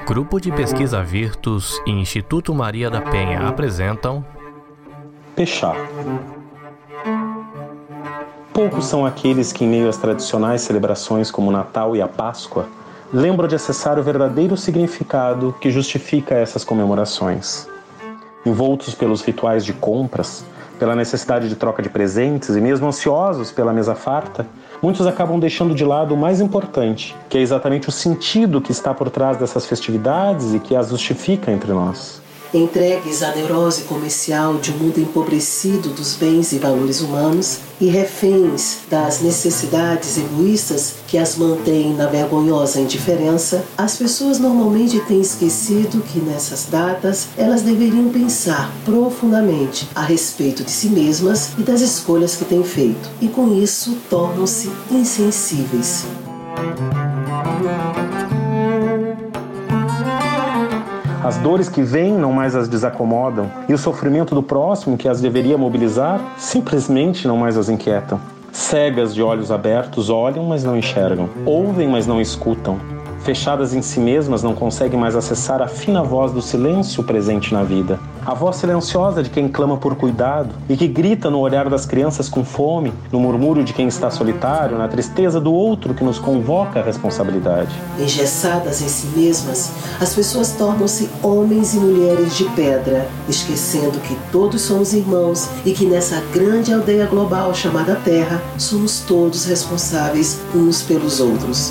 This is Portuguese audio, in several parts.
Grupo de Pesquisa Virtus e Instituto Maria da Penha apresentam Pechá. Poucos são aqueles que, em meio às tradicionais celebrações como o Natal e a Páscoa, lembram de acessar o verdadeiro significado que justifica essas comemorações. Envoltos pelos rituais de compras, pela necessidade de troca de presentes e mesmo ansiosos pela mesa farta, muitos acabam deixando de lado o mais importante, que é exatamente o sentido que está por trás dessas festividades e que as justifica entre nós. Entregues à neurose comercial de um mundo empobrecido dos bens e valores humanos e reféns das necessidades egoístas que as mantêm na vergonhosa indiferença, as pessoas normalmente têm esquecido que nessas datas elas deveriam pensar profundamente a respeito de si mesmas e das escolhas que têm feito, e com isso tornam-se insensíveis. As dores que vêm não mais as desacomodam, e o sofrimento do próximo que as deveria mobilizar simplesmente não mais as inquietam. Cegas de olhos abertos olham, mas não enxergam. Ouvem, mas não escutam. Fechadas em si mesmas, não conseguem mais acessar a fina voz do silêncio presente na vida. A voz silenciosa de quem clama por cuidado e que grita no olhar das crianças com fome, no murmúrio de quem está solitário, na tristeza do outro que nos convoca à responsabilidade. Engessadas em si mesmas, as pessoas tornam-se homens e mulheres de pedra, esquecendo que todos somos irmãos e que nessa grande aldeia global chamada Terra, somos todos responsáveis uns pelos outros.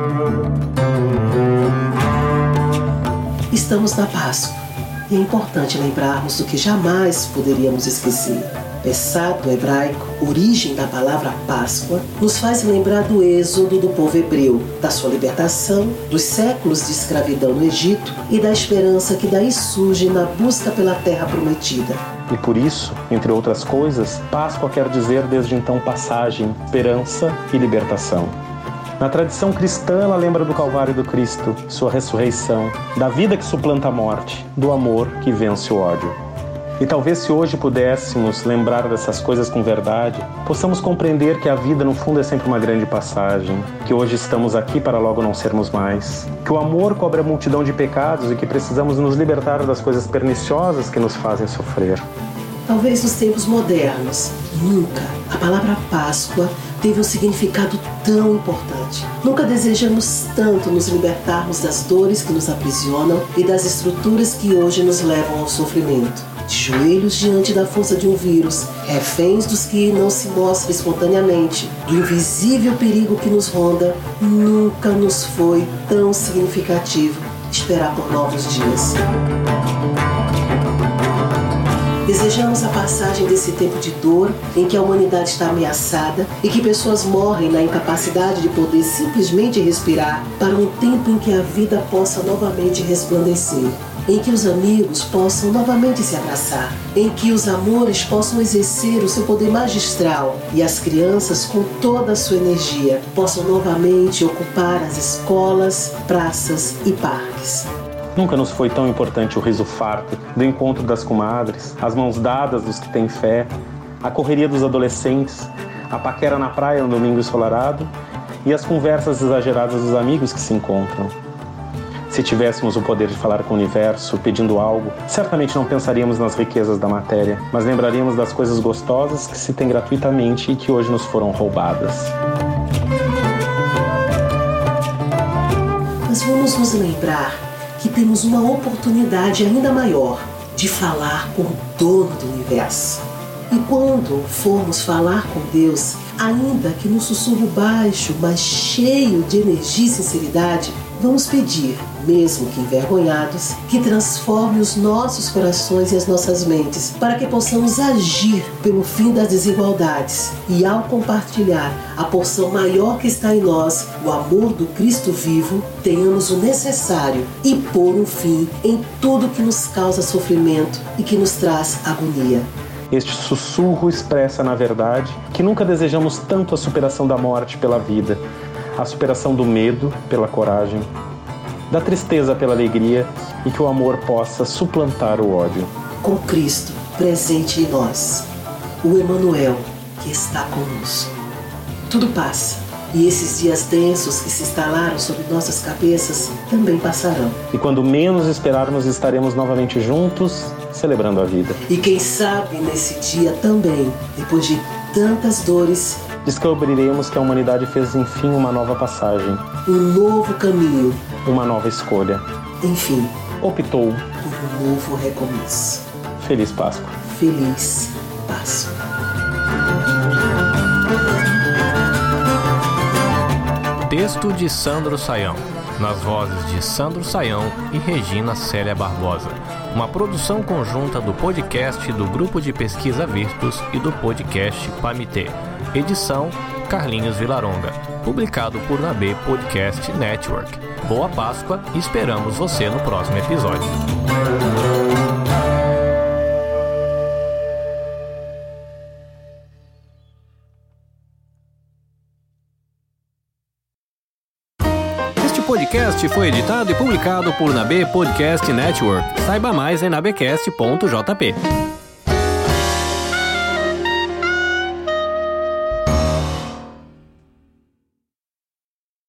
Estamos na Páscoa e é importante lembrarmos do que jamais poderíamos esquecer. Pessá, do hebraico, origem da palavra Páscoa, nos faz lembrar do êxodo do povo hebreu, da sua libertação, dos séculos de escravidão no Egito e da esperança que daí surge na busca pela terra prometida. E por isso, entre outras coisas, Páscoa quer dizer desde então passagem, esperança e libertação. Na tradição cristã, ela lembra do Calvário do Cristo, sua ressurreição, da vida que suplanta a morte, do amor que vence o ódio. E talvez se hoje pudéssemos lembrar dessas coisas com verdade, possamos compreender que a vida no fundo é sempre uma grande passagem, que hoje estamos aqui para logo não sermos mais, que o amor cobre a multidão de pecados e que precisamos nos libertar das coisas perniciosas que nos fazem sofrer. Talvez nos tempos modernos, nunca a palavra Páscoa teve um significado tão importante. Nunca desejamos tanto nos libertarmos das dores que nos aprisionam e das estruturas que hoje nos levam ao sofrimento. De joelhos diante da força de um vírus, reféns dos que não se mostram espontaneamente, do invisível perigo que nos ronda, nunca nos foi tão significativo esperar por novos dias. Desejamos a passagem desse tempo de dor em que a humanidade está ameaçada e que pessoas morrem na incapacidade de poder simplesmente respirar, para um tempo em que a vida possa novamente resplandecer, em que os amigos possam novamente se abraçar, em que os amores possam exercer o seu poder magistral e as crianças, com toda a sua energia, possam novamente ocupar as escolas, praças e parques. Nunca nos foi tão importante o riso farto do encontro das comadres, as mãos dadas dos que têm fé, a correria dos adolescentes, a paquera na praia no domingo ensolarado e as conversas exageradas dos amigos que se encontram. Se tivéssemos o poder de falar com o universo pedindo algo, certamente não pensaríamos nas riquezas da matéria, mas lembraríamos das coisas gostosas que se têm gratuitamente e que hoje nos foram roubadas. Mas vamos nos lembrar que temos uma oportunidade ainda maior de falar com o dono do universo. E quando formos falar com Deus, ainda que num sussurro baixo, mas cheio de energia e sinceridade, vamos pedir, mesmo que envergonhados, que transforme os nossos corações e as nossas mentes, para que possamos agir pelo fim das desigualdades e, ao compartilhar a porção maior que está em nós, o amor do Cristo vivo, tenhamos o necessário e pôr um fim em tudo que nos causa sofrimento e que nos traz agonia. Este sussurro expressa, na verdade, que nunca desejamos tanto a superação da morte pela vida, a superação do medo pela coragem, da tristeza pela alegria e que o amor possa suplantar o ódio. Com Cristo presente em nós, o Emanuel que está conosco. Tudo passa, E esses dias densos que se instalaram sobre nossas cabeças também passarão. E quando menos esperarmos, estaremos novamente juntos, celebrando a vida. E quem sabe nesse dia também, depois de tantas dores, descobriremos que a humanidade fez enfim uma nova passagem, um novo caminho, uma nova escolha. Enfim, optou por um novo recomeço. Feliz Páscoa. Feliz Páscoa. Texto de Sandro Saião, nas vozes de Sandro Saião e Regina Célia Barbosa. Uma produção conjunta do podcast do Grupo de Pesquisa Virtus e do podcast Pamitê. Edição Carlinhos Vilaronga. Publicado por NAB Podcast Network. Boa Páscoa e esperamos você no próximo episódio. Este podcast foi editado e publicado por NAB Podcast Network. Saiba mais em nabcast.jp.